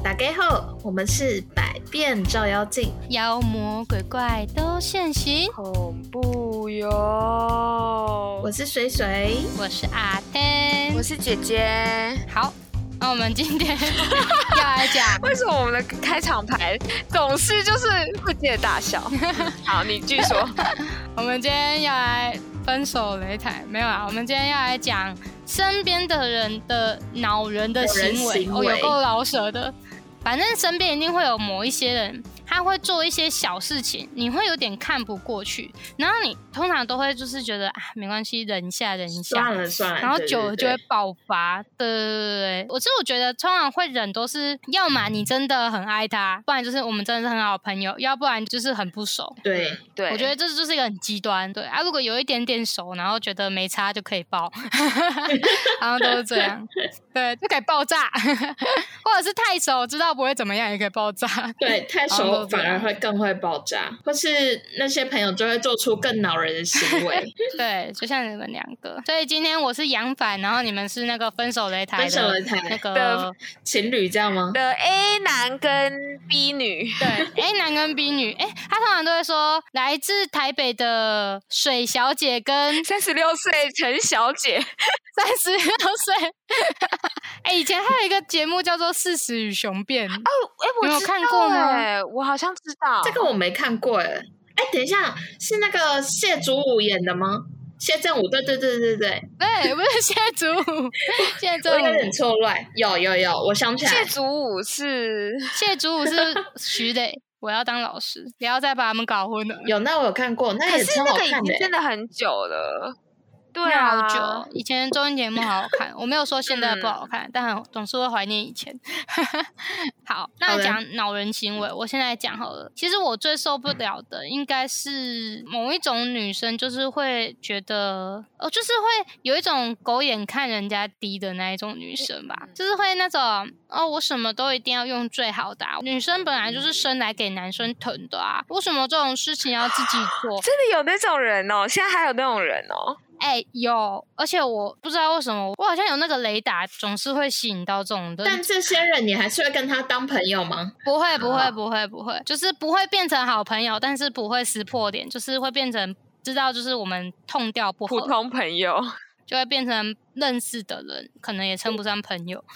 大家好，我们是百变照妖镜， 妖魔鬼怪都现形， 恐怖哟！ 我是水水， 我是阿天， 我是姐姐。 好，那我们今天要来讲为什么我们的开场白总是就是会接着大笑？好，你继续说。 我们今天要来分手擂台，没有啦，我们今天要来讲身边的人的恼人的行为，有够老舍的。反正身边一定会有某一些人，他会做一些小事情，你会有点看不过去，然后你通常都会就是觉得啊，没关系，忍一下， 算了， 然后久了就会爆发。对，我觉得通常会忍都是，要么你真的很爱他，不然就是我们真的是很好的朋友，要不然就是很不熟。 对， 我觉得这就是一个很极端。对啊，如果有一点点熟，然后觉得没差就可以爆，然后都是这样，对，就可以爆炸，或者是太熟，知道不会怎么样也可以爆炸。 对，太熟反而会更会爆炸，或是那些朋友就会做出更恼人的行为。 对，就像你们两个。所以今天我是杨凡，然后你们是那个分手擂台的那个情侣，这样吗？ 的 A 男跟 B 女， 对 A 男跟 B 女，他通常都会说来自台北的水小姐跟 36岁陈小姐 ，36岁。以前还有一个节目叫做《40与熊辩》 我有看过吗？ 我好像知道， 这个我没看过等一下，是那个谢祖武演的吗？谢振武，对， 对，不是谢祖武，谢振武， 我有点错乱。有，我想起来， 谢祖武是徐磊。我要当老师，不要再把他们搞混了。 有，那我有看过，那也超好看的。 可是那个已经真的很久了。对啊，好久，以前的综艺节目好好看。我没有说现在不好看，但总是会怀念以前。好，那讲恼人行为，我现在讲好了。其实我最受不了的应该是某一种女生，就是会觉得就是会有一种狗眼看人家低的那一种女生吧，就是会那种我什么都一定要用最好的啊。女生本来就是生来给男生疼的啊，为什么这种事情要自己做？ 真的有那种人哦，现在还有那种人哦。 有，而且我不知道为什么，我好像有那个雷达，总是会吸引到这种的。 但这些人，你还是会跟他当朋友吗？ 不会，就是不会变成好朋友，但是不会撕破脸，就是会变成知道，就是我们痛调不合， 普通朋友就会变成认识的人，可能也称不上朋友。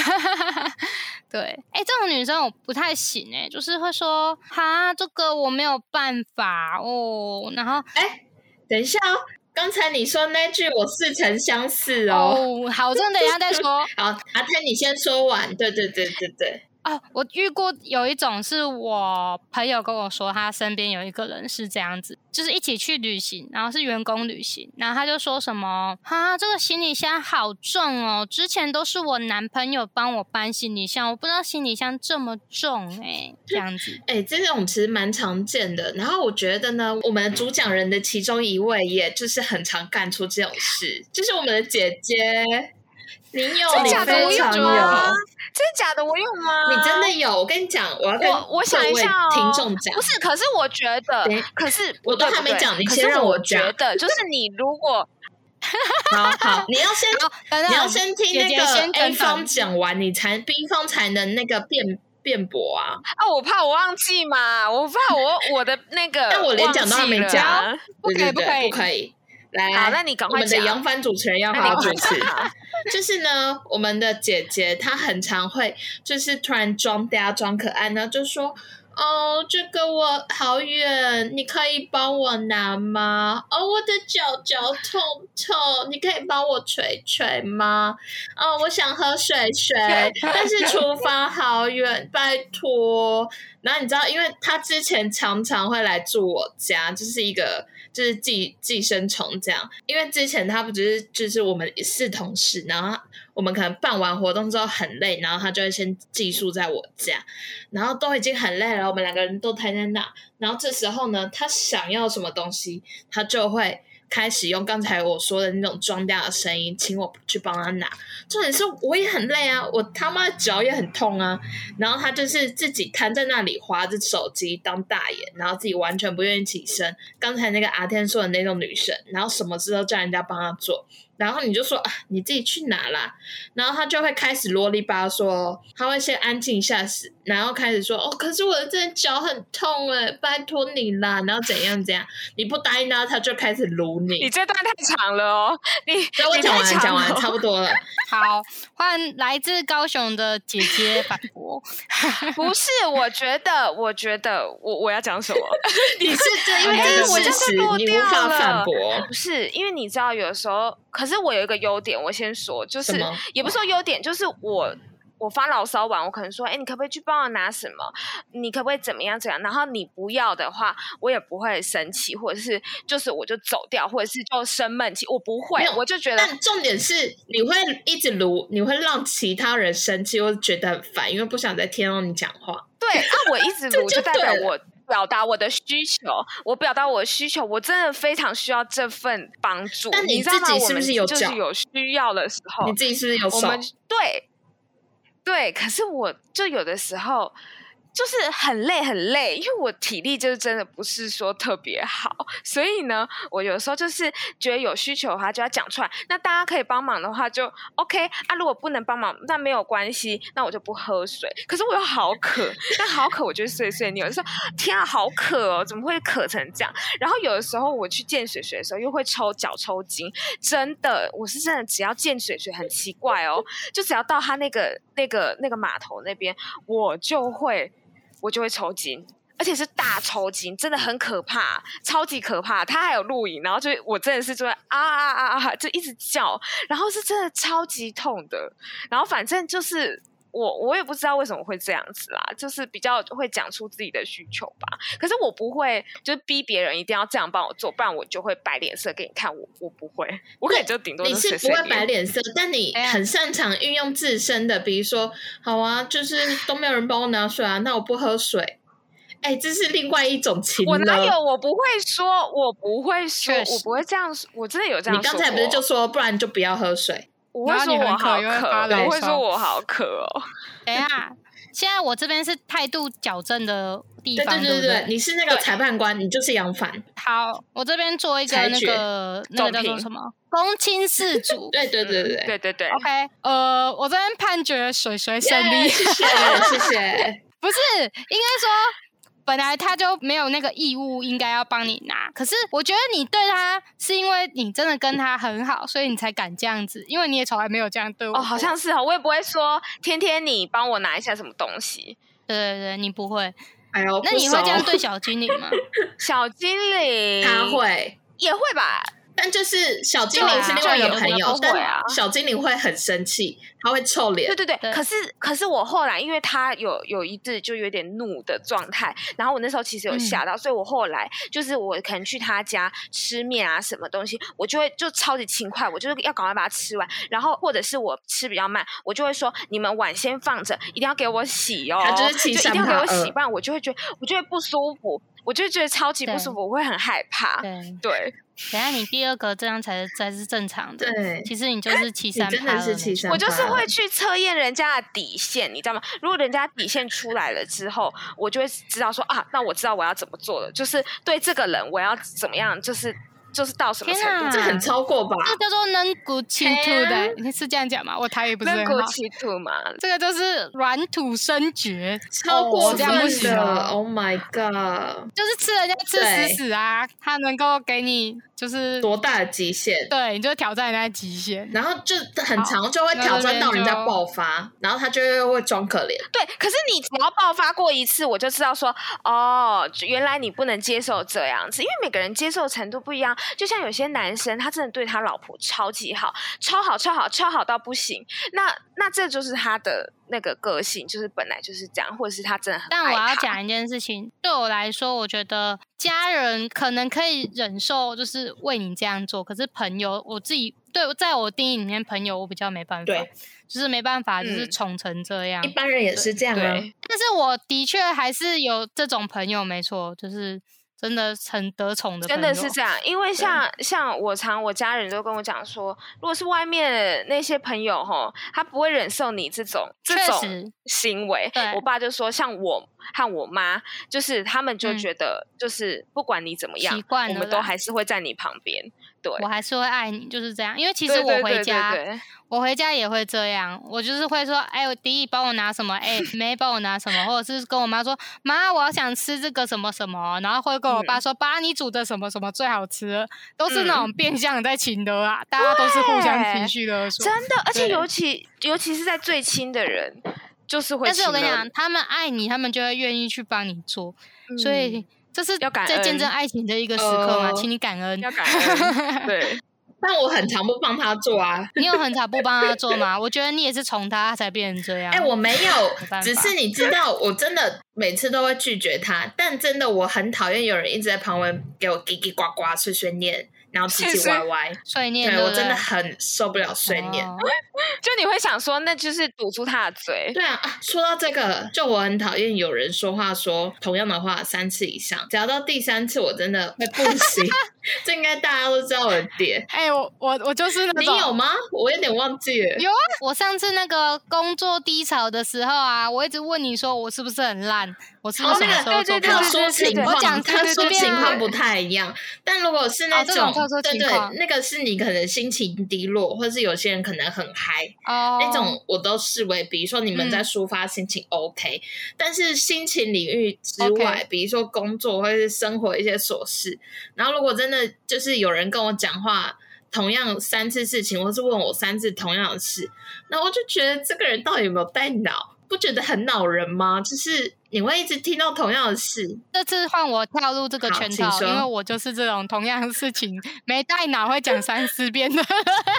对，这种女生我不太行就是会说哈，这个我没有办法哦，然后等一下刚才你说那句我似曾相识好，真的等一下再说。 好，阿天你先说完。对。 我遇过有一种是我朋友跟我说，他身边有一个人是这样子，就是一起去旅行，然后是员工旅行，然后他就说什么这个行李箱好重哦，之前都是我男朋友帮我搬行李箱，我不知道行李箱这么重这样子。 这种其实蛮常见的。然后我觉得呢，我们主讲人的其中一位，也就是很常干出这种事，就是我们的姐姐。你有，你非常有。 真的假的？我有吗？ 你真的有？我跟你讲，我要跟我想一下听众讲。 不是，可是我觉得，可是我都还没讲，你先让我讲。 觉得就是你如果好，你要先听那个 A 方讲完，你才 B 方才能那个辩驳啊。 我怕我忘记嘛，我怕我的那个， 但我连讲都还没讲， 不可以。 来， 好，那你赶快讲。 我们的杨帆主持人要好好主持。就是呢，我们的姐姐她很常会，就是突然装嗲装可爱，然后就说：“这个我好远，你可以帮我拿吗？我的脚痛痛，你可以帮我捶捶吗？我想喝水，但是厨房好远，拜托。”然后你知道，因为她之前常常会来住我家，就是一个。就是寄生虫这样，因为之前他不就是我们是同事，然后我们可能办完活动之后很累，然后他就会先寄宿在我家，然后都已经很累了，我们两个人都待在那，然后这时候呢，他想要什么东西，他就会开始用刚才我说的那种装嗲的声音，请我去帮他拿。重点是我也很累啊，我他妈脚也很痛啊，然后他就是自己瘫在那里滑着手机当大爷，然后自己完全不愿意起身。刚才那个阿天说的那种女生，然后什么事都叫人家帮他做， 然后你就说你自己去拿啦，然后他就会开始啰里吧嗦，他会先安静一下然后开始说可是我的这脚很痛拜托你啦，然后怎样怎样，你不答应他就开始撸你。 你这段太长了哦， 我讲完差不多了。 好，换来自高雄的姐姐反驳。 不是，我觉得我要讲什么？ 你是因为这个事实你无法反驳。 不是，因为你知道有的时候，可是我有一个优点，我先说，就是也不是说优点，就是我发牢骚完，我可能说，你可不可以去帮我拿什么？你可不可以怎么样？然后你不要的话，我也不会生气，或者是就是我就走掉，或者是就生闷气，我不会，我就觉得。 但重点是你会一直撸，你会让其他人生气，或者觉得很烦，因为不想再听到你讲话。 对，我一直撸就代表我表达我的需求，我真的非常需要这份帮助。 但你自己是不是有就是有需要的时候， 你自己是不是有手？ 对，可是我就有的时候就是很累，因为我体力就是真的不是说特别好，所以呢，我有时候就是觉得有需求的话就要讲出来。那大家可以帮忙的话就 OK 如果不能帮忙那没有关系，那我就不喝水。可是我又好渴，但好渴我就碎碎念，我就说天啊，好渴哦，怎么会渴成这样？然后有的时候我去见水的时候又会脚抽筋，真的，我是真的只要见水很奇怪哦，就只要到他那个码头那边，我就会抽筋，而且是大抽筋，真的很可怕，超级可怕。他还有录影，然后就我真的是就会就一直叫，然后是真的超级痛的。然后反正就是我也不知道为什么会这样子啦，就是比较会讲出自己的需求吧。可是我不会就是逼别人一定要这样帮我做，不然我就会摆脸色给你看。我不会，我可能就顶多你是不会摆脸色，但你很擅长运用自身的，比如说好啊，就是都没有人帮我拿水啊，那我不喝水。这是另外一种情了。 我哪有？我不会说，我不会这样说，我真的有这样说过。 你刚才不是就说，不然就不要喝水？ 我会说我好渴，我会说我好渴哦。 等一下，现在我这边是态度矫正的地方， 对，你是那个裁判官，你就是杨凡。 好，我这边做一个那个叫做什么公亲事主。 对。 OK， 我这边判决水胜利。 谢谢。 不是，应该说本来他就没有那个义务应该要帮你拿，可是我觉得你对他是因为你真的跟他很好，所以你才敢这样子，因为你也从来没有这样对我。 好像是我也不会说天天你帮我拿一下什么东西。 对，你不会。 那你会这样对小精灵吗？ 小精灵他会， 也会吧。 但就是小精灵是另外一个朋友，但小精灵会很生气，他会臭脸。 对，可是我后来因为他有一次就有点怒的状态，然后我那时候其实有吓到，所以我后来就是我可能去他家吃面啊什么东西，我就会就超级勤快，我就是要赶快把它吃完，然后或者是我吃比较慢，我就会说你们碗先放着，一定要给我洗哦， 他就是一定要给我洗，不然我就会觉得不舒服，我就觉得超级不舒服，我会很害怕。对。 等一下，你第二个这样才是正常的。 对， 其实你就是73%， 真的是73%。 我就是会去测验人家的底线，你知道吗？如果人家底线出来了之后，我就会知道说那我知道我要怎么做了，就是对这个人我要怎么样，就是到什么程度？ 这很超过吧？ 这叫做能骨气土的，你是这样讲吗？我台语不是很好。 能骨气土嘛， 这个就是软土生绝， 超过这样不行的。Oh my god！ 就是吃人家吃死啊，他能够给你就是多大的极限？ 对，你就挑战人家极限， 然后就很长就会挑战到人家爆发，然后他就会装可怜。 对，可是你只要爆发过一次，我就知道说原来你不能接受这样子，因为每个人接受程度不一样。就像有些男生，他真的对他老婆超级好，超好到不行。那这就是他的那个个性，就是本来就是这样，或者是他真的很爱他。 但我要讲一件事情，对我来说，我觉得家人可能可以忍受，就是为你这样做。可是朋友，我自己在我定义里面，朋友我比较没办法，就是没办法，就是宠成这样。 一般人也是这样啊。 但是我的确还是有这种朋友，没错，就是真的很得宠的朋友， 真的是这样。因为像我家人都跟我讲说，如果是外面那些朋友他不会忍受你这种行为。我爸就说，像我和我妈，就是他们就觉得，就是不管你怎么样，我们都还是会在你旁边。 对， 我还是会爱你，就是这样。因为其实我回家，我回家也会这样，我就是会说，哎，迪迪帮我拿什么，哎，妹帮我拿什么，或者是跟我妈说，妈，我要想吃这个什么什么，然后会跟我爸说，爸，你煮的什么什么最好吃了，都是那种变相在情的啊，大家都是互相情绪勒索， 真的，而且尤其是在最亲的人，就是会。 但是我跟你讲，他们爱你，他们就会愿意去帮你做，所以这是在见证爱情的一个时刻嘛，请你感恩， 要感恩，对。 但我很常不帮他做啊。 你有很常不帮他做吗？我觉得你也是从他才变成这样。 我没有，只是你知道，我真的每次都会拒绝他，但真的我很讨厌有人一直在旁边给我叽叽呱呱碎碎念，然后唧唧歪歪碎念， 对我真的很受不了碎念。 就你会想说，那就是堵住他的嘴。 对啊，说到这个，就我很讨厌有人说话说同样的话3次以上，只要到第3次我真的会不行。这应该大家都知道我的点。 我就是那种。 你有吗？我有点忘记了。 有啊，我上次那个工作低潮的时候啊，我一直问你说我是不是很烂，我是不是什么时候做不好？ 特殊情况，特殊情况不太一样。但如果是那种对，那个是你可能心情低落，或是有些人可能很嗨，那种我都视为，比如说你们在抒发心情 OK，但是心情领域之外，比如说工作或是生活一些琐事，然后如果真的就是有人跟我讲话同样3次事情，或是问我3次同样的事，那我就觉得这个人到底有没有带脑？不觉得很恼人吗？就是你会一直听到同样的事。 这次换我跳入这个圈套，因为我就是这种同样的事情没带脑会讲3-4遍的。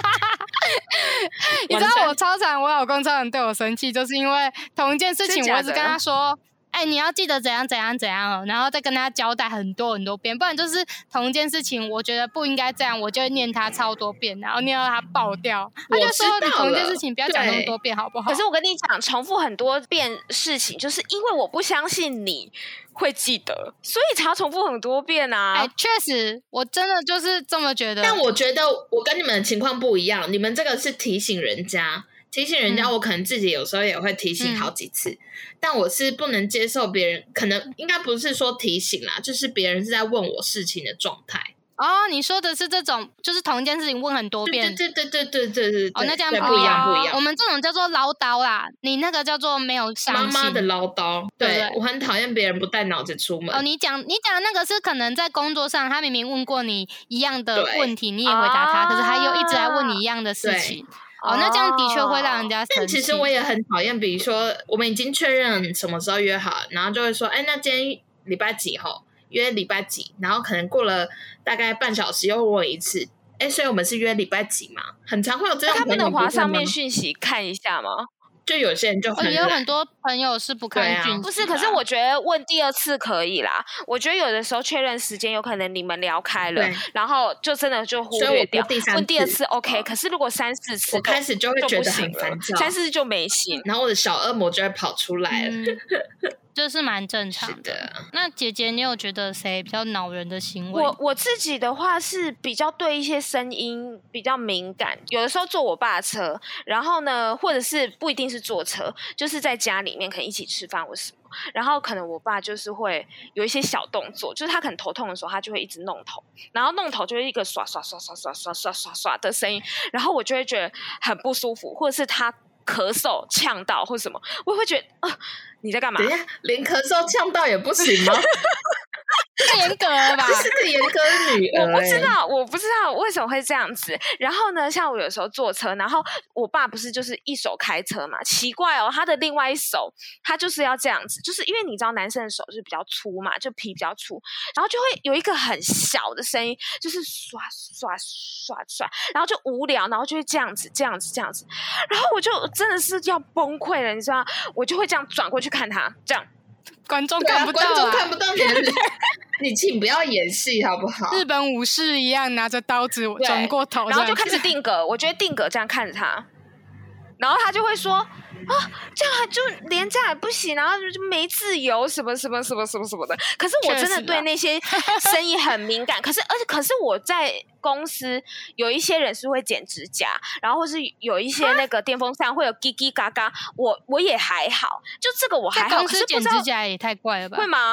你知道我超常，我老公超常对我生气，就是因为同一件事情我一直跟他说，你要记得怎样怎样怎样，然后再跟他交代很多很多遍，不然就是同一件事情我觉得不应该这样，我就会念他超多遍，然后念到他爆掉。他就说你同一件事情不要讲那么多遍好不好？ 可是我跟你讲，重复很多遍事情，就是因为我不相信你会记得，所以才要重复很多遍啊。 确实，我真的就是这么觉得。 但我觉得我跟你们的情况不一样，你们这个是提醒人家。提醒人家，我可能自己有时候也会提醒好几次，但我是不能接受别人，可能应该不是说提醒啦，就是别人是在问我事情的状态。 你说的是这种，就是同一件事情问很多遍。 对。 那这样不一样。 我们这种叫做唠叨啦，你那个叫做没有上心。 妈妈的唠叨，对，我很讨厌别人不带脑子出门。 你讲的那个是可能在工作上，他明明问过你一样的问题，你也回答他，可是他又一直在问你一样的事情。那这样的确会让人家生气。 但其实我也很讨厌，比如说我们已经确认什么时候约好，然后就会说，那今天礼拜几吼？约礼拜几？然后可能过了大概半小时又问我一次，所以我们是约礼拜几嘛？很常会有这样的朋友。 他们能滑上面讯息看一下吗？ 就有些人就很也有很多朋友是不看讯息， 不是？可是我觉得问第2次可以啦。我觉得有的时候确认时间，有可能你们聊开了，然后就真的就忽略掉。问第2次 OK， 可是如果3-4次， 我开始就会觉得很烦躁 ，3-4次就没劲， 然后我的小恶魔就会跑出来了。 这是蛮正常的。那姐姐，你有觉得谁比较恼人的行为？ 我自己的话是比较对一些声音比较敏感，有的时候坐我爸的车，然后呢，或者是不一定是坐车，就是在家里面可能一起吃饭或什么，然后可能我爸就是会有一些小动作，就是他可能头痛的时候，他就会一直弄头，然后弄头就会一个刷刷刷刷刷刷刷刷刷的声音，然后我就会觉得很不舒服，或者是他咳嗽呛到或什么，我会觉得你在干嘛？ 等一下，连咳嗽呛到也不行吗？ 太严格了吧？ 这是个严格的女儿。 我不知道为什么会这样子。然后呢，像我有时候坐车，然后我爸不是就是一手开车嘛，奇怪他的另外一手他就是要这样子，就是因为你知道男生的手是比较粗嘛，就皮比较粗，然后就会有一个很小的声音，就是刷刷刷刷，然后就无聊，然后就会这样子，然后我就真的是要崩溃了，你知道，我就会这样转过去看他，这样。 观众看不到， 观众看不到你请不要演戏好不好？ 日本武士一样拿着刀子转过头， 然后就开始定格。我觉得定格这样看着他，然后他就会说这样就连这样也不行，然后就没自由什么什么什么什么什么的。可是我真的对那些声音很敏感。可是我在公司有一些人是会剪指甲，然后或是有一些那个电风扇会有叽叽嘎嘎，我也还好，就这个我还好。 公司剪指甲也太怪了吧？ 会吗？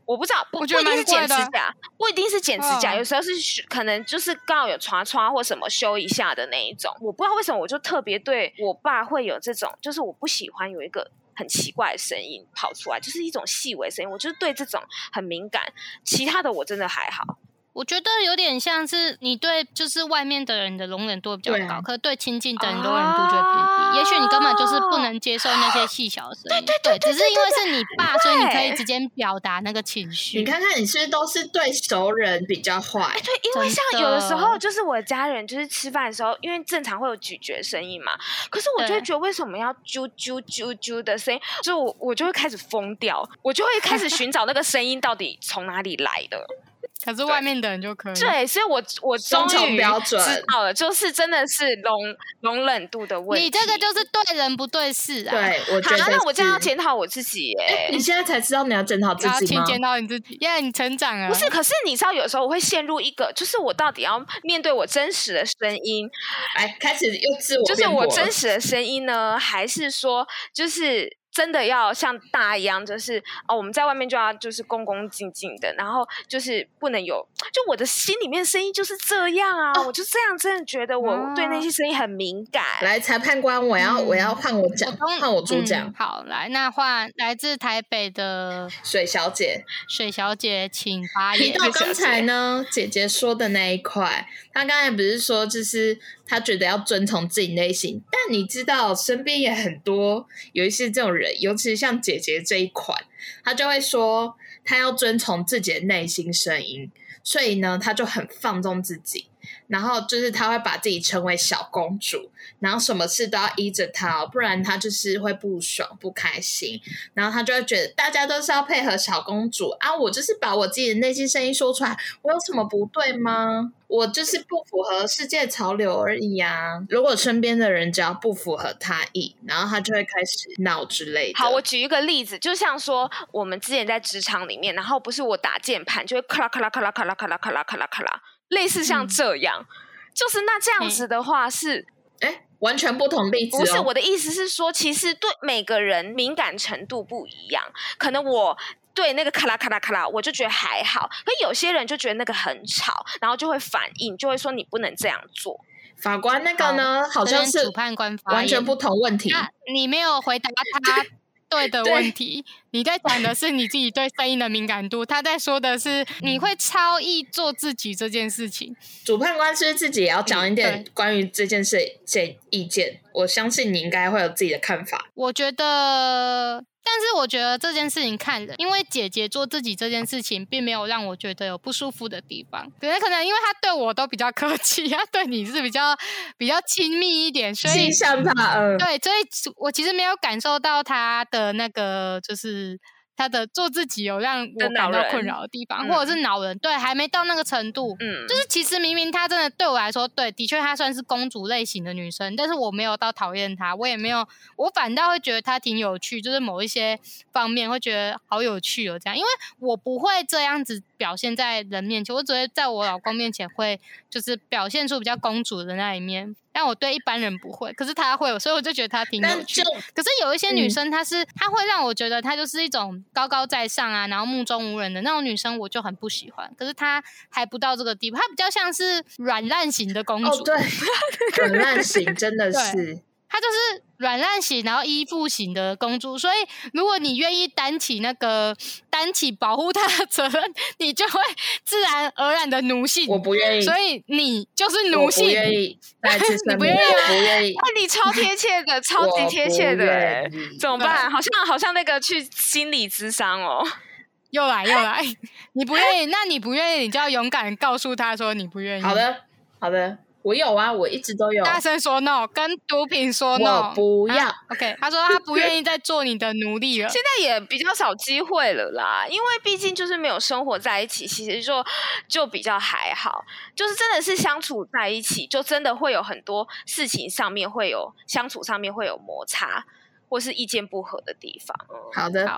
我不知道，不一定是剪指甲，不一定是剪指甲，有时候是可能就是刚好有刷刷或什么修一下的那一种。我不知道为什么，我就特别对我爸会有这种，就是我不喜欢有一个很奇怪的声音跑出来，就是一种细微声音，我就是对这种很敏感。其他的我真的还好。 我觉得有点像是你对就是外面的人的容忍度比较高，可是对亲近的人容忍度就会偏低。也许你根本就是不能接受那些细小的声音，对，只是因为是你爸，所以你可以直接表达那个情绪。 你看看你是不是都是对熟人比较坏？ 对，因为像有的时候就是我的家人就是吃饭的时候，因为正常会有咀嚼声音嘛，可是我就会觉得为什么要啾啾啾啾的声音，就我就会开始疯掉，我就会开始寻找那个声音到底从哪里来的。 可是外面的人就可以。 对，所以我终于知道了，就是真的是容忍度的问题。 你这个就是对人不对事啊。 对，我觉得那我这样要检讨我自己耶。 你现在才知道你要检讨自己吗？ 请检讨你自己，因为你成长了。 不是，可是你知道，有时候我会陷入一个，就是我到底要面对我真实的声音， 开始又自我， 就是我真实的声音呢，还是说就是真的要像大家一样，就是我们在外面就要就是恭恭敬敬的，然后就是不能有，就我的心里面声音就是这样啊，我就这样真的觉得我对那些声音很敏感。 来，裁判官，我要换我讲，换我主讲。 好，来，那换来自台北的水小姐， 请发言。 提到刚才呢，姐姐说的那一块，她刚才不是说就是她觉得要遵从自己内心，但你知道身边也很多有一些这种人。尤其是像姐姐这一款，她就会说她要遵从自己的内心声音，所以呢她就很放纵自己，然后就是她会把自己称为小公主，然后什么事都要依着她，不然她就是会不爽不开心，然后她就会觉得大家都是要配合小公主啊，我就是把我自己的内心声音说出来，我有什么不对吗？我就是不符合世界潮流而已啊！如果身边的人只要不符合他意，然后他就会开始闹之类的。 好，我举一个例子，就像说我们之前在职场里面，然后不是我打键盘就会咔啦咔啦咔啦咔啦咔啦咔啦咔啦咔啦，类似像这样，就是那这样子的话是， 完全不同例子。 不是，我的意思是说，其实对每个人敏感程度不一样，可能我对那个咔啦咔啦咔啦，我就觉得还好，可有些人就觉得那个很吵，然后就会反应，就会说你不能这样做。 法官那个呢，好像是主判官完全不同问题。 你没有回答他对的问题，你在讲的是你自己对声音的敏感度，他在说的是你会超意做自己这件事情。 主判官是不是自己也要讲一点关于这件事这意见？我相信你应该会有自己的看法。 但是我觉得这件事情看人，因为姐姐做自己这件事情并没有让我觉得有不舒服的地方，可能因为她对我都比较客气，她对你是比较亲密一点，所以对，所以我其实没有感受到她的那个就是他的做自己有让我感到困扰的地方，或者是恼人，对，还没到那个程度。就是其实明明他真的对我来说，对，的确他算是公主类型的女生，但是我没有到讨厌她，我也没有，我反倒会觉得她挺有趣，就是某一些方面会觉得好有趣哦，这样，因为我不会这样子表现在人面前，我只会在我老公面前会就是表现出比较公主的那一面。但我对一般人不会，可是他会，所以我就觉得他挺有趣。可是有一些女生，她会让我觉得她就是一种高高在上啊，然后目中无人的那种女生，我就很不喜欢。可是她还不到这个地步，她比较像是软烂型的公主。 哦，对，软烂型真的是。 她就是软烂型，然后依附型的公主，所以如果你愿意担起保护她的责任，你就会自然而然的奴性。 我不愿意， 所以你就是奴性。 我不愿意， 你不愿意啊？ 我不愿意。 你超贴切的，超级贴切的，怎么办？好像那个去心理咨商哦。 又来，你不愿意，那你不愿意，你就要勇敢告诉他说你不愿意。 好的。我有啊，我一直都有。 大声说 no， 跟毒品说 no。 我不要。 OK， 他说他不愿意再做你的奴隶了。 现在也比较少机会了啦，因为毕竟就是没有生活在一起，其实就比较还好。就是真的是相处在一起，就真的会有很多事情上面相处上面会有摩擦，或是意见不合的地方。 好的。 好。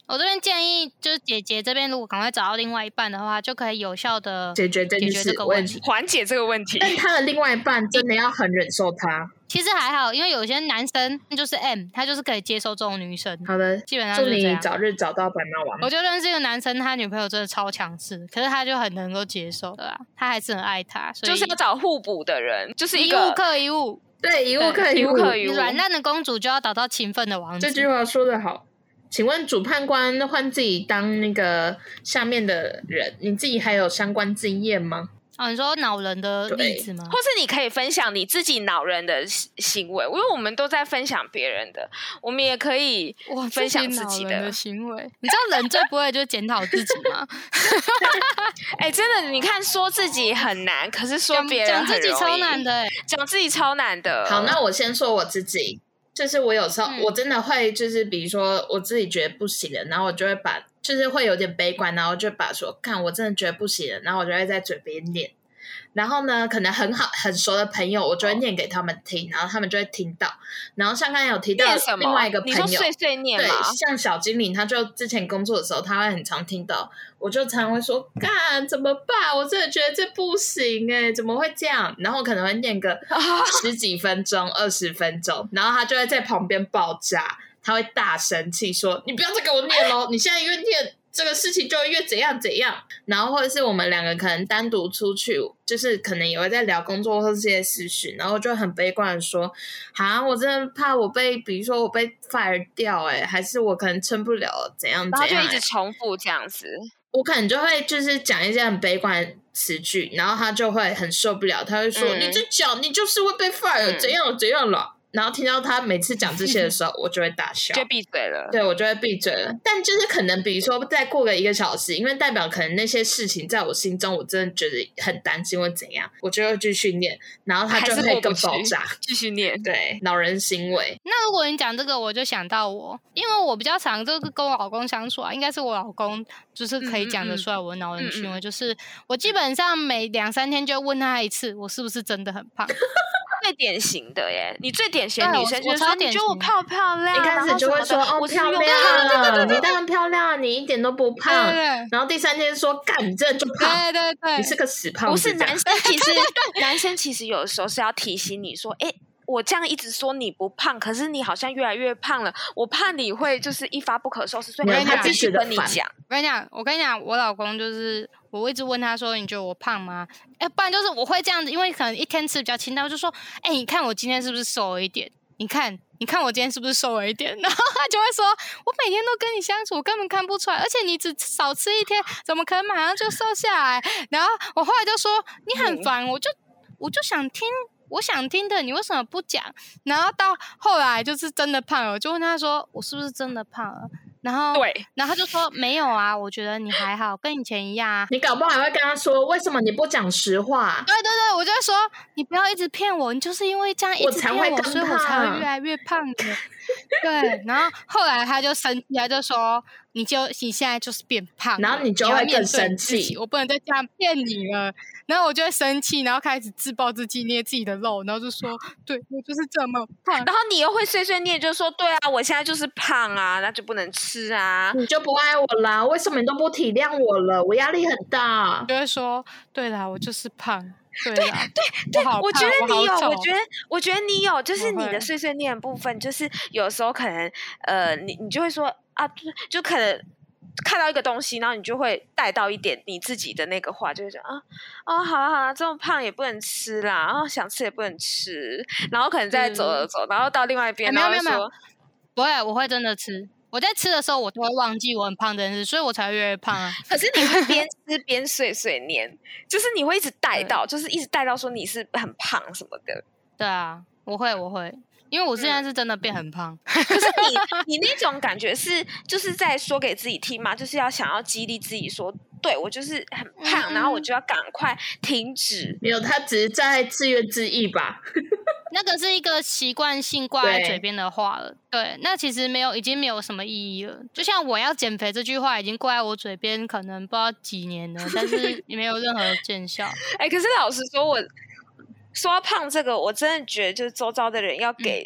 我这边建议就是姐姐这边如果赶快找到另外一半的话，就可以有效的解决这个问题， 缓解这个问题。 但他的另外一半真的要很忍受他。 其实还好，因为有些男生就是 M， 他就是可以接受这种女生。 好的， 基本上祝你早日找到白马王。 我就认识一个男生，他女朋友真的超强势，可是他就很能够接受的啦，他还是很爱他，所以就是要找互补的人，就是一物克一物。 对，一物克一物。 软烂的公主就要找到勤奋的王子。 这句话说得好。请问主判官换自己当那个下面的人，你自己还有相关经验吗？ 哦，你说恼人的例子吗？ 或是你可以分享你自己恼人的行为，因为我们都在分享别人的，我们也可以分享自己的行为。你知道人最不会就是检讨自己吗？ 真的，你看说自己很难，可是说别人很容易。 讲自己超难的， 讲自己超难的。 好，那我先说我自己。就是我有时候我真的会，就是比如说我自己觉得不行了，然后我就会把，就是会有点悲观，然后就把说，看我真的觉得不行了，然后我就会在嘴边念。然后呢，可能很好很熟的朋友，我就会念给他们听，然后他们就会听到。然后像刚才有提到另外一个朋友， 你说碎碎念吗？ 对，像小精灵，他就之前工作的时候，他会很常听到，我就常常会说，干怎么办？我真的觉得这不行怎么会这样？然后可能会念个10几分钟、20分钟，然后他就会在旁边爆炸，他会大生气说：“你不要再给我念咯，你现在越念。”这个事情就会越怎样怎样，然后或者是我们两个可能单独出去，就是可能也会在聊工作或这些事情，然后就很悲观的说，我真的怕我被，比如说我被 fire 掉还是我可能撑不了怎样怎样， 然后就一直重复这样子。 我可能就会就是讲一些很悲观的词句，然后他就会很受不了，他会说、你这讲你就是会被 fire 怎样怎样了。然后听到他每次讲这些的时候，我就会大笑， 就闭嘴了。 对，我就会闭嘴了。但就是可能，比如说再过个1个小时，因为代表可能那些事情在我心中，我真的觉得很担心或怎样，我就会继续念，然后他就会更爆炸， 继续念。 对，恼人行为。 那如果你讲这个，我就想到因为我比较常就是跟我老公相处啊，应该是我老公就是可以讲得出来我恼人行为，就是我基本上每2-3天就问他一次，我是不是真的很胖。 最典型的耶，你最典型的女生就是说，你觉得我漂不漂亮？ 一开始就会说哦漂亮，你当然漂亮，你一点都不胖。然后第3天说干，你真的就胖， 对， 你是个死胖子。 不是男生其实有的时候是要提醒你说，我这样一直说你不胖，可是你好像越来越胖了，我怕你会就是一发不可收拾，所以他必须跟你讲。 我跟你讲，我老公就是我一直问他说，你觉得我胖吗？不然就是我会这样子，因为可能一天吃比较清淡，我就说，你看我今天是不是瘦了一点？你看我今天是不是瘦了一点？然后他就会说，我每天都跟你相处，我根本看不出来，而且你只少吃1天，怎么可能马上就瘦下来？然后我后来就说，你很烦，我就想听。我想听的，你为什么不讲？然后到后来就是真的胖了，我就问他说：“我是不是真的胖了？”然后他就说：“没有啊，我觉得你还好，跟以前一样啊。” 你搞不好还会跟他说：“为什么你不讲实话？” 对，我就会说：“你不要一直骗我，你就是因为这样一直骗我，所以我才会越来越胖的。”对，然后后来他就生气，他就说：“你现在就是变胖， 然后你就会更生气， 我不能再这样骗你了。”然后我就会生气，然后开始自暴自弃，捏自己的肉，然后就说：“对我就是这么胖。” 然后你又会碎碎念，就说：“对啊，我现在就是胖啊，那就不能吃啊， 你就不爱我啦？为什么你都不体谅我了？我压力很大。” 就会说：“对啦，我就是胖。”对， 我觉得你有，我觉得你有，就是你的碎碎念的部分，就是有时候可能你就会说啊，就可能看到一个东西，然后你就会带到一点你自己的那个话，就会说好啦，这么胖也不能吃啦，然后想吃也不能吃，然后可能再走，然后到另外一边，然后说不会，我会真的吃。我在吃的时候，我都会忘记我很胖这件事，所以我才会越来越胖啊。 可是你会边吃边碎碎念，就是你会一直带到，就是一直带到说你是很胖什么的。 对啊，我会，因为我现在是真的变很胖。 可是你那种感觉是就是在说给自己听吗？就是想要激励自己说，对我就是很胖，然后我就要赶快停止。 没有，他只是在自怨自艾吧。 那个是一个习惯性挂在嘴边的话了，对，那其实已经没有什么意义了。就像我要减肥这句话已经挂在我嘴边，可能不知道几年了，但是也没有任何见效。 可是老实说，我说到胖这个，我真的觉得就是周遭的人要给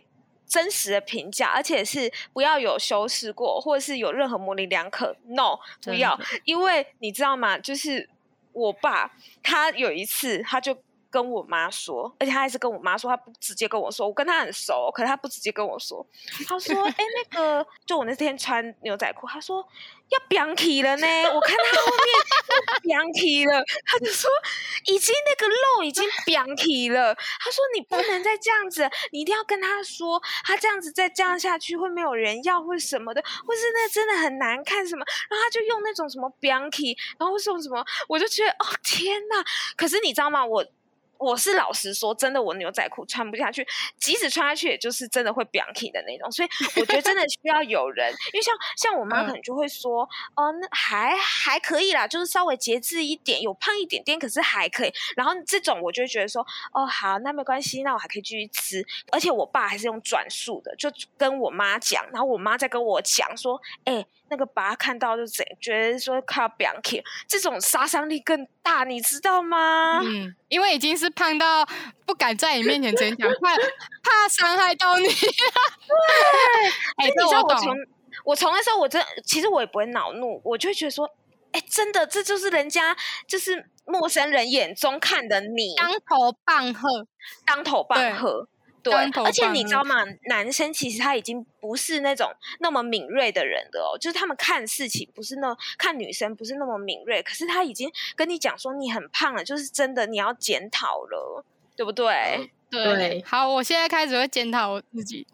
真实的评价，而且是不要有修饰过，或者是有任何模棱两可 ，no 不要，因为你知道吗？就是我爸他有一次他就跟我妈说，而且他还是跟我妈说，他不直接跟我说，我跟他很熟，可是他不直接跟我说，他说那个就我那天穿牛仔裤，他说要Bianchi了呢，我看他后面Bianchi了，他就说已经那个肉已经Bianchi了，他说你不能再这样子，你一定要跟他说，他这样子再这样下去会没有人要或什么的，或是那真的很难看什么，然后他就用那种什么Bianchi，然后什么什么，我就觉得哦天哪！可是你知道吗？我是老实说，真的，我牛仔裤穿不下去，即使穿下去，也就是真的会Bianchi的那种。所以我觉得真的需要有人，因为像我妈可能就会说，那还可以啦，就是稍微节制一点，有胖一点点，可是还可以。然后这种我就会觉得说，好，那没关系，那我还可以继续吃。而且我爸还是用转述的，就跟我妈讲，然后我妈再跟我讲说，那个把他看到就觉得说靠Bianchi，这种杀伤力更大，你知道吗？ 因为已经是胖到不敢在你面前真讲，怕伤害到你。对， 你知道我从那时候其实我也不会恼怒，我就会觉得说，真的这就是人家就是陌生人眼中看的你， 当头棒喝。 对，而且你知道吗？男生其实他已经不是那种那么敏锐的人了就是他们看事情不是看女生不是那么敏锐，可是他已经跟你讲说你很胖了，就是真的你要检讨了，对不对？ 对，好，我现在开始会检讨我自己。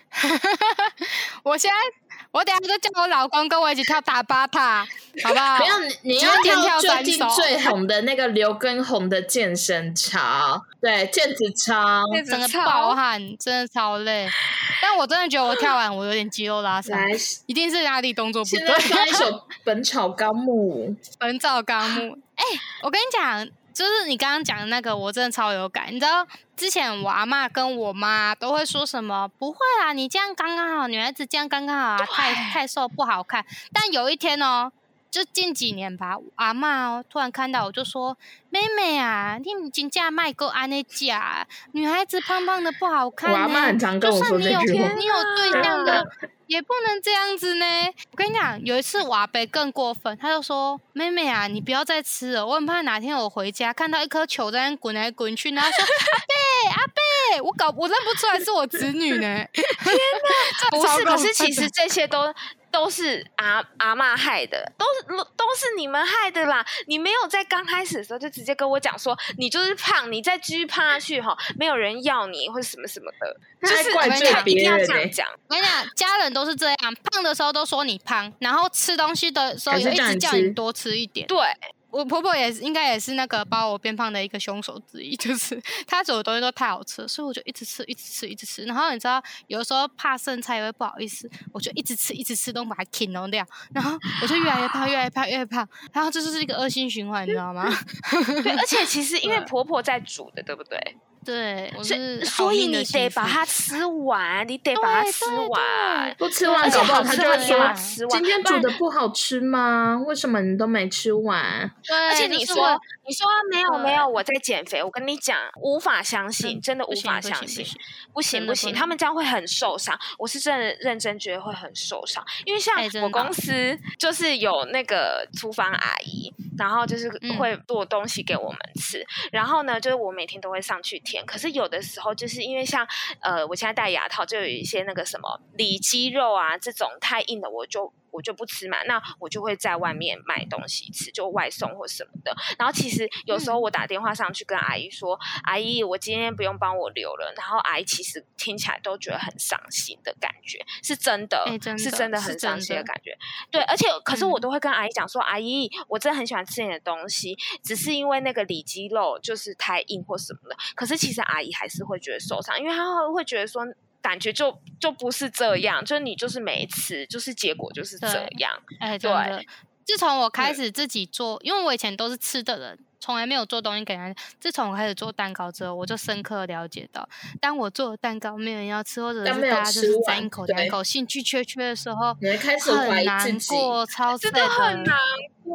我等一下就叫我老公跟我一起跳塔巴塔，好不好？ 没有，你要跳最近最红的那个刘畊宏的健身操，对，毽子操， 整个爆汗，真的超累。但我真的觉得我跳完我有点肌肉拉伤，一定是哪里动作不对。 现在放一首《本草纲目》。 本草纲目，我跟你讲。就是你刚刚讲的那个，我真的超有感。你知道之前我阿嬷跟我妈都会说什么？不会啦，你这样刚刚好，女孩子这样刚刚好啊，太瘦不好看。但有一天就近几年吧，阿嬷突然看到我就说：“妹妹啊，你真的卖够安尼假，女孩子胖胖的不好看。” 我阿嬷很常跟我说这句话。 你有对象的。也不能这样子呢！我跟你讲，有一次我阿伯更过分，他就说：“妹妹啊，你不要再吃了，我很怕哪天我回家看到一颗球在那滚来滚去，然后说阿伯，我认不出来是我侄女呢。”天哪， 不是，可是其实这些都是阿嬷害的，都是你们害的啦！你没有在刚开始的时候就直接跟我讲说你就是胖，你再继续胖下去没有人要你或者什么什么的，就是怪罪别人。 一定要这样讲。 我跟你讲，家人都是这样，胖的时候都说你胖，然后吃东西的时候也一直叫你多吃一点。 对。 我婆婆应该也是那个把我变胖的一个凶手之一，就是她所有东西都太好吃了，所以我就一直吃。然后你知道，有的时候怕剩菜也会不好意思，我就一直吃，都把它啃掉，然后我就越来越胖，然后这就是一个恶性循环，你知道吗？ 对，而且其实因为婆婆在煮的，对不对？ 对， 所以你得把它吃完，你得把它吃完， 不吃完搞不好他就会说今天煮的不好吃吗？为什么你都没吃完？ 而且你说没有，我在减肥，我跟你讲，无法相信，真的无法相信，不行，他们这样会很受伤。我是真的认真觉得会很受伤，因为像我公司就是有那个厨房阿姨，然后就是会做东西给我们吃，然后呢，就是我每天都会上去填。可是有的时候就是因为像我现在戴牙套，就有一些那个什么里脊肉啊这种太硬的，我就不吃嘛，那我就会在外面买东西吃，就外送或什么的。然后其实有时候我打电话上去跟阿姨说，阿姨我今天不用帮我留了，然后阿姨其实听起来都觉得很伤心的感觉，是真的，是真的很伤心的感觉。对，而且可是我都会跟阿姨讲说，阿姨我真的很喜欢吃你的东西，只是因为那个里脊肉就是太硬或什么的，可是其实阿姨还是会觉得受伤，因为她会觉得说感觉就不是这样，就是你就是没吃，就是结果就是这样。 真的。自从我开始自己做，因为我以前都是吃的人，从来没有做东西给人家。自从我开始做蛋糕之后，我就深刻了解到，当我做的蛋糕没有人要吃，或者是大家就是沾一口兴趣缺缺的时候， 你会开始怀疑自己， 很难过，超真的很难过。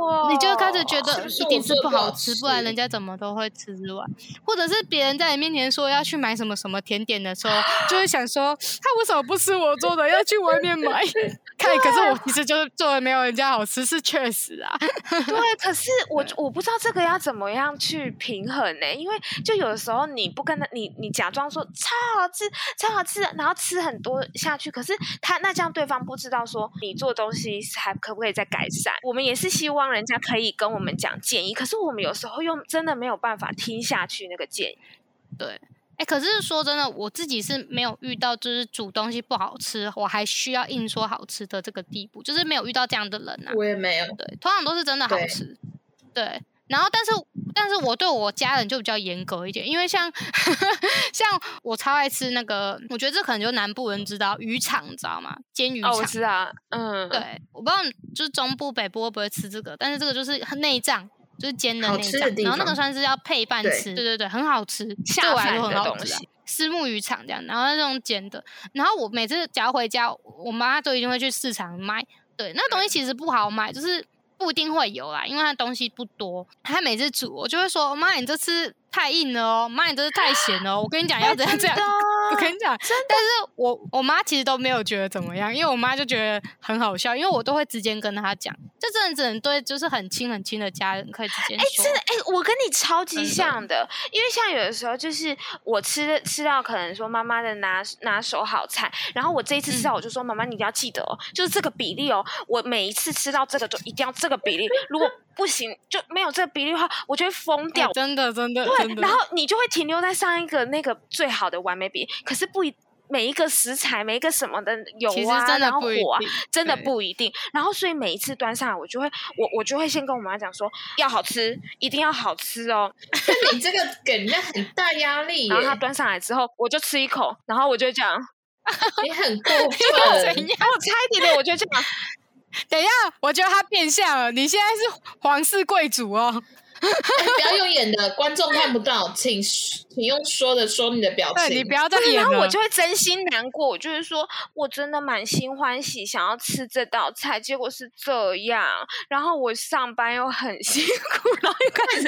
错， 你就开始觉得一定是不好吃， 是不然人家怎么都会吃完。或者是别人在你面前说要去买什么什么甜点的时候，就会想说他为什么不吃我做的，要去外面买？看，可是我其实就是做的没有人家好吃，是确实啊。 对，可是我不知道这个要怎么样去平衡呢？因为就有的时候你不跟他，你假装说超好吃，超好吃，然后吃很多下去，可是那这样对方不知道说你做的东西还可不可以再改善。我们也是希望人家可以跟我们讲建议，可是我们有时候又真的没有办法听下去那个建议。 对。可是说真的，我自己是没有遇到就是煮东西不好吃，我还需要硬说好吃的这个地步，就是没有遇到这样的人啊。 我也没有。 对，通常都是真的好吃。对，然后但是我对我家人就比较严格一点，因为像我超爱吃那个，我觉得这可能就南部人知道渔场，你知道吗？煎鱼场。 我知道， 对，我不知道就是中部北部会不会吃这个，但是这个就是内脏。就是煎的内脏，然后那个算是要配饭吃，对对对，很好吃，对我来说很好吃。虱目鱼肠这样，然后那种煎的，然后我每次只要回家，我妈都一定会去市场买。对，那个东西其实不好买，就是不一定会有啦，因为它东西不多。她每次煮，我就会说：“妈，你这次太硬了哦，妈，你这次太咸了哦。”我跟你讲要怎样这样，我跟你讲，但是我妈其实都没有觉得怎么样，因为我妈就觉得很好笑，因为我都会直接跟她讲。这真的只能对就是很亲的家人可以直接说。 真的我跟你超级像的，因为像有的时候就是我吃到可能说妈妈的拿手好菜，然后我这一次吃到我就说妈妈你一定要记得哦，就是这个比例哦，我每一次吃到这个就一定要这个比例，如果不行就没有这个比例的话，我就会疯掉。 真的对， 然后你就会停留在上一个那个最好的完美比例，可是每一个食材，每一个什么的油啊，然后火啊，真的不一定。然后所以每一次端上来，我就会先跟我妈讲说，要好吃，一定要好吃哦。 你这个给人家很大压力耶。 然后他端上来之后，我就吃一口，然后我就这样， 你很过分。 然后我差一点点，我就这样。 等一下，我觉得他变相了，你现在是皇室贵族哦。 不要用演的，观众看不到，请用说你的表情。 对，你不要再演了。 然后我就会真心难过，我就是说我真的满心欢喜想要吃这道菜，结果是这样。然后我上班又很辛苦，然后又开始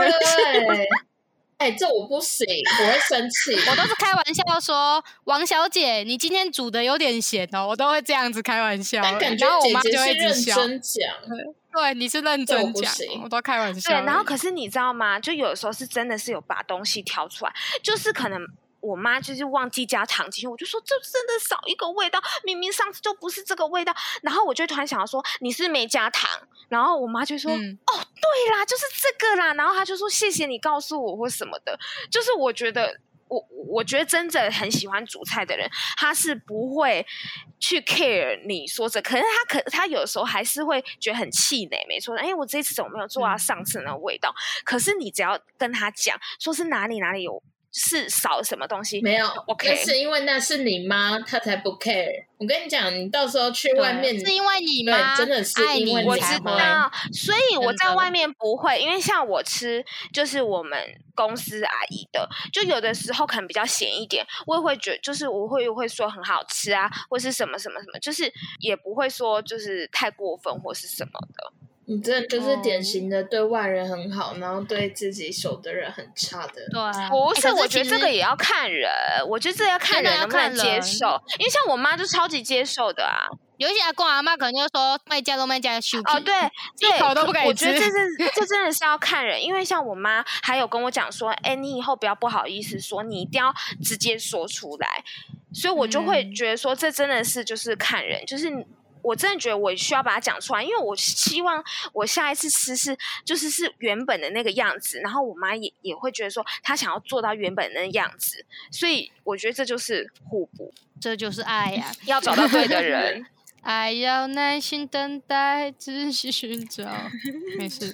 这我不行，我会生气。 我都是开玩笑说，王小姐，你今天煮的有点咸哦，我都会这样子开玩笑。 但感觉我妈姐姐就是认真讲。 对，你是认真讲，我都开玩笑。 对，然后可是你知道吗？就有的时候是真的是有把东西挑出来，就是可能我妈就是忘记加糖进去，我就说这真的少一个味道，明明上次就不是这个味道。然后我就突然想到说你是没加糖，然后我妈就说、哦对啦，就是这个啦。然后她就说谢谢你告诉我或什么的。就是我觉得我觉得真正很喜欢煮菜的人，他是不会去 care 你说这，可是他有时候还是会觉得很气馁，没错。我这次怎么没有做到上次那个味道？可是你只要跟他讲，说是哪里有是少什么东西， 没有 OK， 是因为那是你妈，她才不 care。我跟你讲，你到时候去外面， 是因为你妈真的是因为我知道，所以我在外面不会，因为像我吃就是我们公司阿姨的，就有的时候可能比较咸一点，我也会觉得就是我会说很好吃啊，或是什么什么什么，就是也不会说就是太过分或是什么的。 你真的就是典型的对外人很好，然后对自己熟的人很差的。 对， 不是，我觉得这个也要看人，我觉得这要看人能不能接受。因为像我妈就超级接受的啊， 有一些阿公阿嬷可能就说卖家都卖家修哦，对， 一口都不敢吃。 我觉得这真的是要看人，因为像我妈还有跟我讲说，你以后不要不好意思说，你一定要直接说出来。所以我就会觉得说，这真的是就是看人，就是我真的觉得我需要把它讲出来，因为我希望我下一次吃是原本的那个样子，然后我妈也会觉得说她想要做到原本的那个样子，所以我觉得这就是互补， 这就是爱呀、 要找到对的人。 爱要耐心等待，仔细寻找。没事。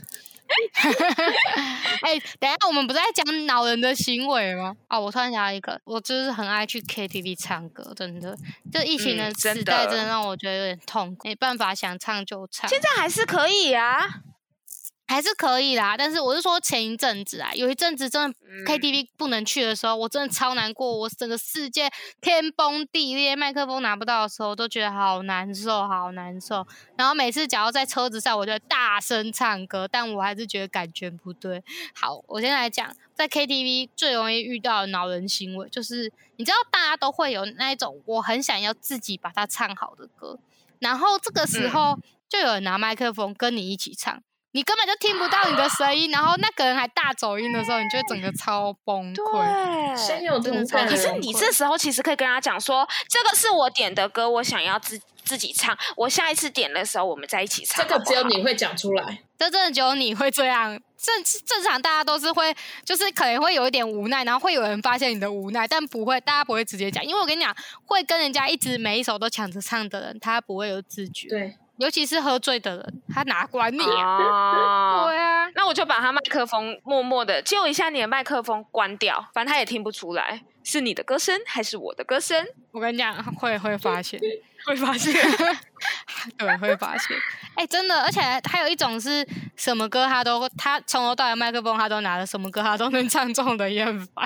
等一下，我们不是在讲恼人的行为吗？我突然想到一个，我就是很爱去 KTV 唱歌，真的。这疫情的时代，真的让我觉得有点痛苦，没办法想唱就唱。 现在还是可以啊， 还是可以啦，但是我是说前一阵子啊，有一阵子真的 KTV 不能去的时候，我真的超难过，我整个世界天崩地裂，麦克风拿不到的时候，我都觉得好难受，好难受。然后每次只要在车子上，我就会大声唱歌，但我还是觉得感觉不对。好，我先来讲，在 KTV 最容易遇到的恼人行为，就是你知道大家都会有那一种我很想要自己把它唱好的歌，然后这个时候就有人拿麦克风跟你一起唱。你根本就听不到你的声音，然后那个人还大走音的时候，你就会整个超崩溃。 对， 深有同感。 可是你这时候其实可以跟他讲说，这个是我点的歌，我想要自己唱，我下一次点的时候我们再一起唱。 这个只有你会讲出来， 这真的只有你会这样。正常大家都是会，就是可能会有一点无奈，然后会有人发现你的无奈，但不会，大家不会直接讲，因为我跟你讲，会跟人家一直每一首都抢着唱的人，他不会有自觉。 对。 尤其是喝醉的人，他哪管你啊？对啊， 那我就把他麦克风默默的就一下你的麦克风关掉，反正他也听不出来是你的歌声还是我的歌声。 我跟你讲，会发现，会发现，对，会发现。真的，而且还有一种是什么歌他从头到尾麦克风他都拿了，什么歌他都能唱中的，也很烦。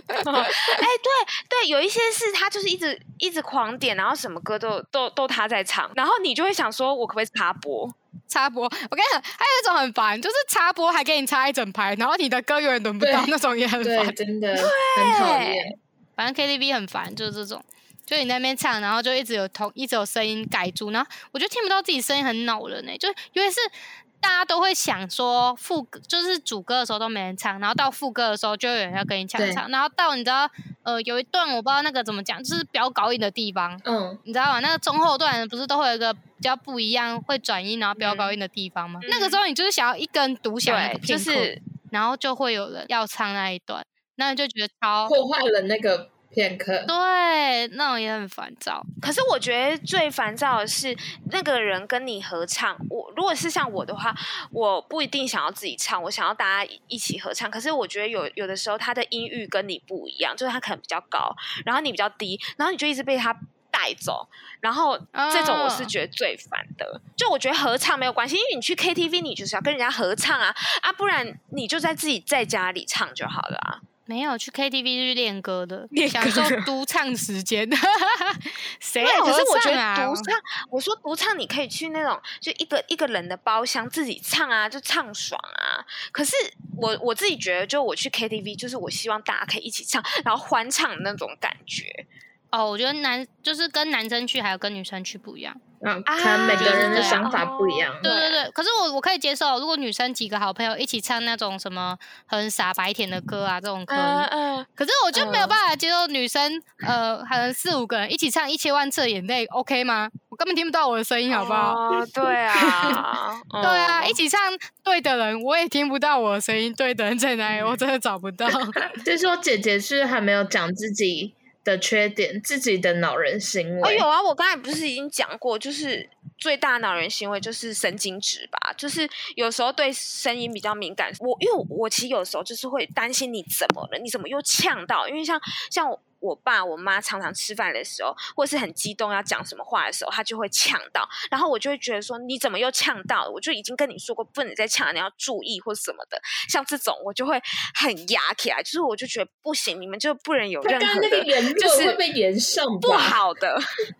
对，有一些是他就是一直狂点，然后什么歌都他在唱，然后你就会想说，我可不可以插播？我跟你讲，还有一种很烦，就是插播还给你插一整排，然后你的歌永远轮不到，那种也很烦， 真的很讨厌。 反正 KTV 很烦，就是这种。就你在那边唱，然后就一直有声音盖住，然后我就听不到自己声音，很恼人就尤其是大家都会想说副歌，就是主歌的时候都没人唱，然后到副歌的时候就有人要跟你抢唱，然后到你知道有一段我不知道那个怎么讲，就是飙高音的地方，你知道吗？那个中后段不是都会有一个比较不一样会转音然后飙高音的地方吗？那个时候你就是想要一根独享那个片刻，然后就会有人要唱那一段，那你就觉得超破坏了那个片刻， 对，那种也很烦躁。 可是我觉得最烦躁的是那个人跟你合唱。如果是像我的话，我不一定想要自己唱，我想要大家一起合唱。可是我觉得有的时候他的音域跟你不一样，就是他可能比较高，然后你比较低，然后你就一直被他带走，然后这种我是觉得最烦的。就我觉得合唱没有关系，因为你去 KTV 你就是要跟人家合唱啊，不然你就自己在家里唱就好了啊。 没有去 KTV 去练歌的，享受独唱时间。谁有合唱啊？可是我觉得独唱，我说独唱你可以去那种就一个人的包厢自己唱啊，就唱爽啊。可是我自己觉得，就我去 KTV， 就是我希望大家可以一起唱，然后欢唱的那种感觉。 我觉得就是跟男生去还有跟女生去不一样。 可能每个人的想法不一样。 对，可是我可以接受，如果女生几个好朋友一起唱那种什么很傻白甜的歌啊，这种可以。可是我就没有办法接受女生可能4-5个人一起唱1000万次的眼泪 ，OK 吗？我根本听不到我的声音，好不好？ 对啊， 对啊，一起唱对的人，我也听不到我的声音，对的人在哪里？我真的找不到。 就是说，姐姐是还没有讲自己的缺点，自己的恼人行为。 有啊，我刚才不是已经讲过，就是最大恼人行为就是神经质吧，就是有时候对声音比较敏感。因为我其实有时候就是会担心你怎么了，你怎么又呛到？因为像我爸我妈常常吃饭的时候，或是很激动要讲什么话的时候，他就会呛到，然后我就会觉得说你怎么又呛到了？我就已经跟你说过不能再呛了，你要注意或什么的。像这种我就会很压起来，就是我就觉得不行，你们就不能有任何的， 就是会被延上不好的。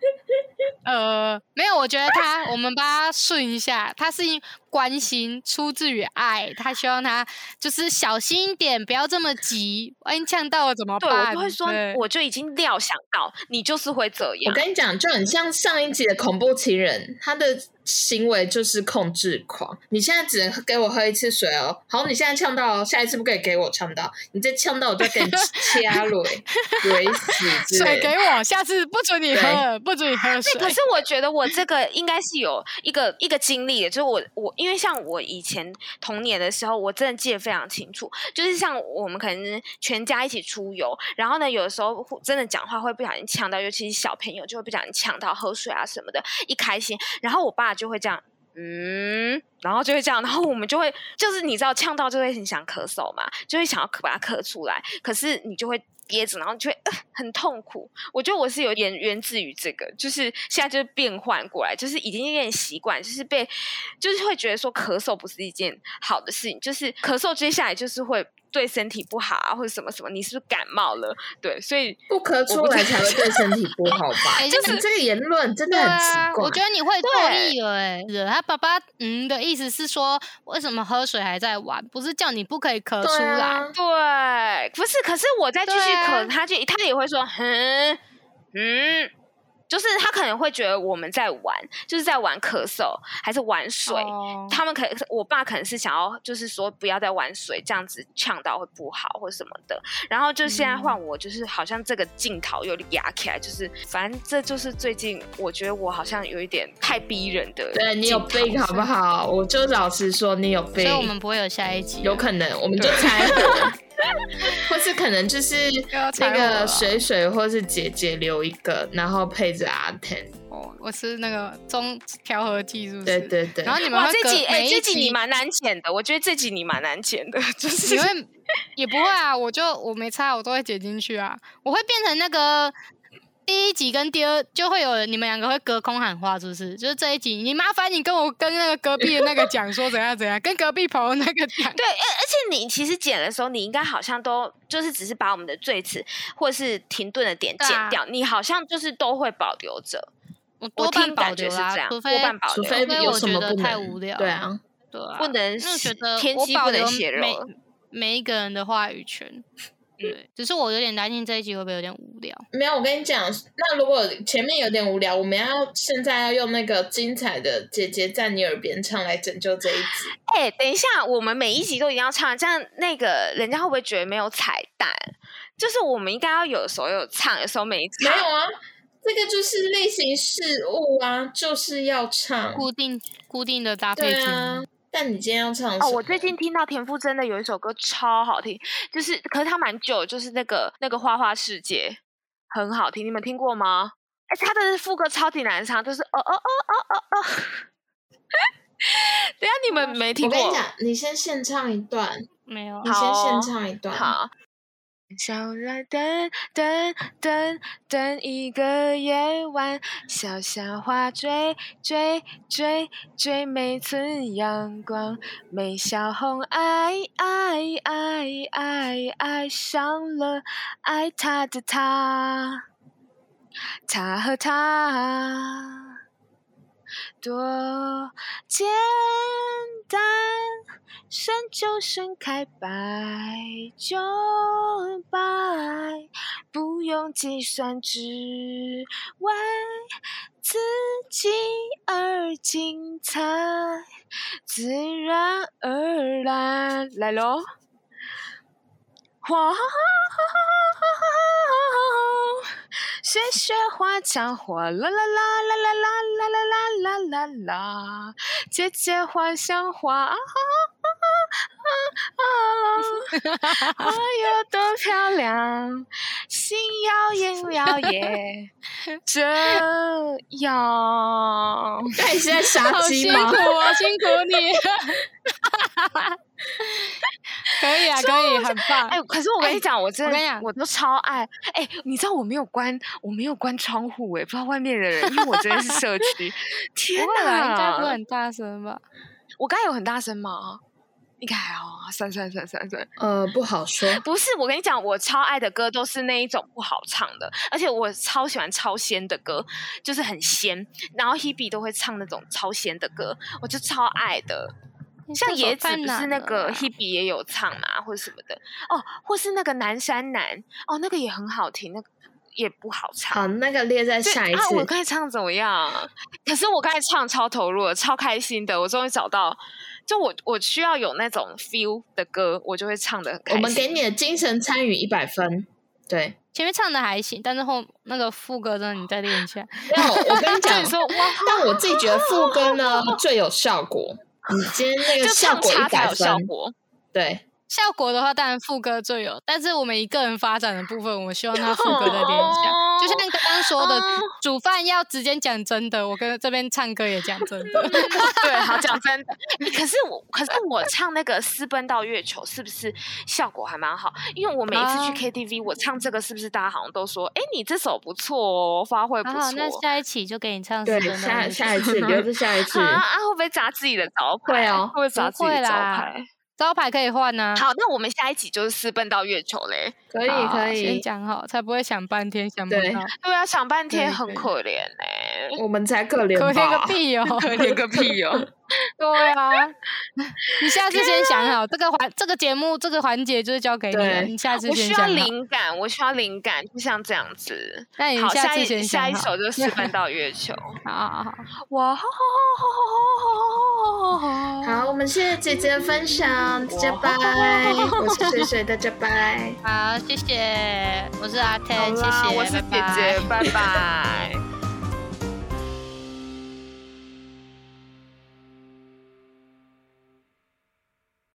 没有，我觉得我们帮他顺一下，他是关心，出自于爱，他希望他就是小心一点，不要这么急，万一呛到了怎么办？ 对，我就会说，我就已经料想到你就是会这样。 我跟你讲，就很像上一集的恐怖情人，他的行为就是控制狂。你现在只能给我喝一次水哦，好，你现在呛到哦，下一次不可以给我呛到，你再呛到我就给你掐蕊死之类的。 水给我，下次不准你喝，不准你喝水。 可是我觉得我这个应该是有一个经历的，就是我因为像我以前童年的时候，我真的记得非常清楚，就是像我们可能全家一起出游，然后呢，有的时候真的讲话会不小心呛到，尤其是小朋友就会不小心呛到喝水啊什么的，一开心，然后我爸就会这样， 然后就会这样，然后我们就会就是你知道呛到就会很想咳嗽嘛，就会想要把它咳出来，可是你就会憋着，然后你就会很痛苦。我觉得我是有点源自于这个，就是现在就是变换过来，就是已经有点习惯，就是会觉得说咳嗽不是一件好的事情，就是咳嗽接下来就是会对身体不好啊，或者什么什么，你是不是感冒了？对，所以不咳出来才会对身体不好吧？就是这个言论真的很奇怪。 我觉得你会错意了他爸爸的意思是说，为什么喝水还在玩？不是叫你不可以咳出来。 对，不是，可是我再继续咳，他也会说就是他可能会觉得我们在玩，就是在玩咳嗽还是玩水。他们我爸可能是想要就是说不要再玩水，这样子呛到会不好或什么的。然后就现在换我，就是好像这个镜头有点压起来，就是反正这就是最近我觉得我好像有一点太逼人的。 对，你有病好不好？我就老实说你有病， 所以我们不会有下一集。 有可能我们就猜火。或是可能就是那个水或是姐姐留一个，然后配着阿天。 我是那个中调和剂，是不是？ 对对对。 然后你们这集你蛮难剪的，我觉得这集你蛮难剪的，就是因为也不会啊，我没差，我都会剪进去啊，我会变成那个。第一集跟第二就会有你们两个会隔空喊话，是不是？就是这一集，你麻烦你跟那个隔壁的那个讲说怎样怎样，跟隔壁朋友那个讲。 对，而且你其实剪的时候，你应该好像都就是只是把我们的赘词或是停顿的点剪掉，你好像就是都会保留着。 我多半保留啦， 除非有什么不能， 我觉得太无聊。 对啊， 不能天机不能血肉， 每一个人的话语权。对，只是我有点担心这一集会不会有点无聊。 没有，我跟你讲，那如果前面有点无聊，我们现在要用那个精彩的姐姐在你耳边唱来拯救这一集。 等一下，我们每一集都一定要唱，这样那个人家会不会觉得没有彩蛋？就是我们应该要有时候有唱，有时候没唱。 没有啊，这个就是例行事务啊，就是要唱固定的搭配节目。 但你今天要唱什么？ 我最近听到田馥甄的有一首歌超好听，可是它蛮久，就是那个花花世界很好听，你们听过吗？他的副歌超级难唱，就是等一下你们没听过？ 我跟你讲，你先现唱一段。 没有， 你先现唱一段。 好。小来等一个夜晚，小夏花追每寸阳光，美小红爱上了爱他的他和他多简单，生就生开，白就白，不用计算，只为自己而精彩，自然而然。来咯，雪花枪花啦啦啦啦啦啦啦啦啦啦啦，姐姐花香花花有多漂亮，心要艳了耶，这样。 那你是在杀鸡吗？ 好辛苦啊，辛苦你。可以啊，可以，很棒。 可是我跟你讲，我真的，我都超爱。你知道我没有关窗户，不知道外面的人，因为我真的是社区。天哪， 应该不会很大声吧？ 我刚才有很大声吗？应该还好啊，算。 不好说。 不是，我跟你讲，我超爱的歌都是那一种不好唱的，而且我超喜欢超仙的歌，就是很仙。然后 Hebe 都会唱那种超仙的歌，我就超爱的。像野子不是那个 Hebe 也有唱嘛，或者什么的或是那个南山南那个也很好听，那个也不好唱。 好，那个列在下一次。 我刚才唱怎么样？可是我刚才唱超投入了，超开心的。我终于找到，就我需要有那种 feel 的歌，我就会唱的很开心。 我们给你的精神参与100分。对， 前面唱的还行，但是那个副歌真的你再练一下。 没有，我跟你讲说，但我自己觉得副歌呢最有效果。你今天那个效果100分，对， 效果的话，当然副歌最有，但是我们以个人发展的部分，我希望他副歌的联想，就像刚刚说的，煮饭要直接讲真的，我跟这边唱歌也讲真的。 对，好讲真的。可是我唱那个私奔到月球，是不是效果还蛮好？因为我每一次去 KTV，我唱这个，是不是大家好像都说，你这首不错哦，发挥不错。 好，那下一期就给你唱私奔到月球。 对，下一次留着下一次。 会不会砸自己的招牌？ 会哦， 会不会砸自己的招牌？ 招牌可以换啊。 好，那我们下一集就是私奔到月球嘞。 可以， 先讲好，才不会想半天想不到。 对啊，想半天很可怜欸。 我们才可怜吧？ 可怜个屁哦！ 可怜个屁哦！ 对啊，你下次先想好这个节目这个环节就是交给你了，你下次先想好。 我需要灵感，就像这样子。 那你下次先想好。 下一首就私奔到月球。 好， 哇！ 好，我们谢谢姐姐的分享，大家拜。我是水水，大家拜。 好，谢谢，我是阿天，谢谢， 我是姐姐，拜拜。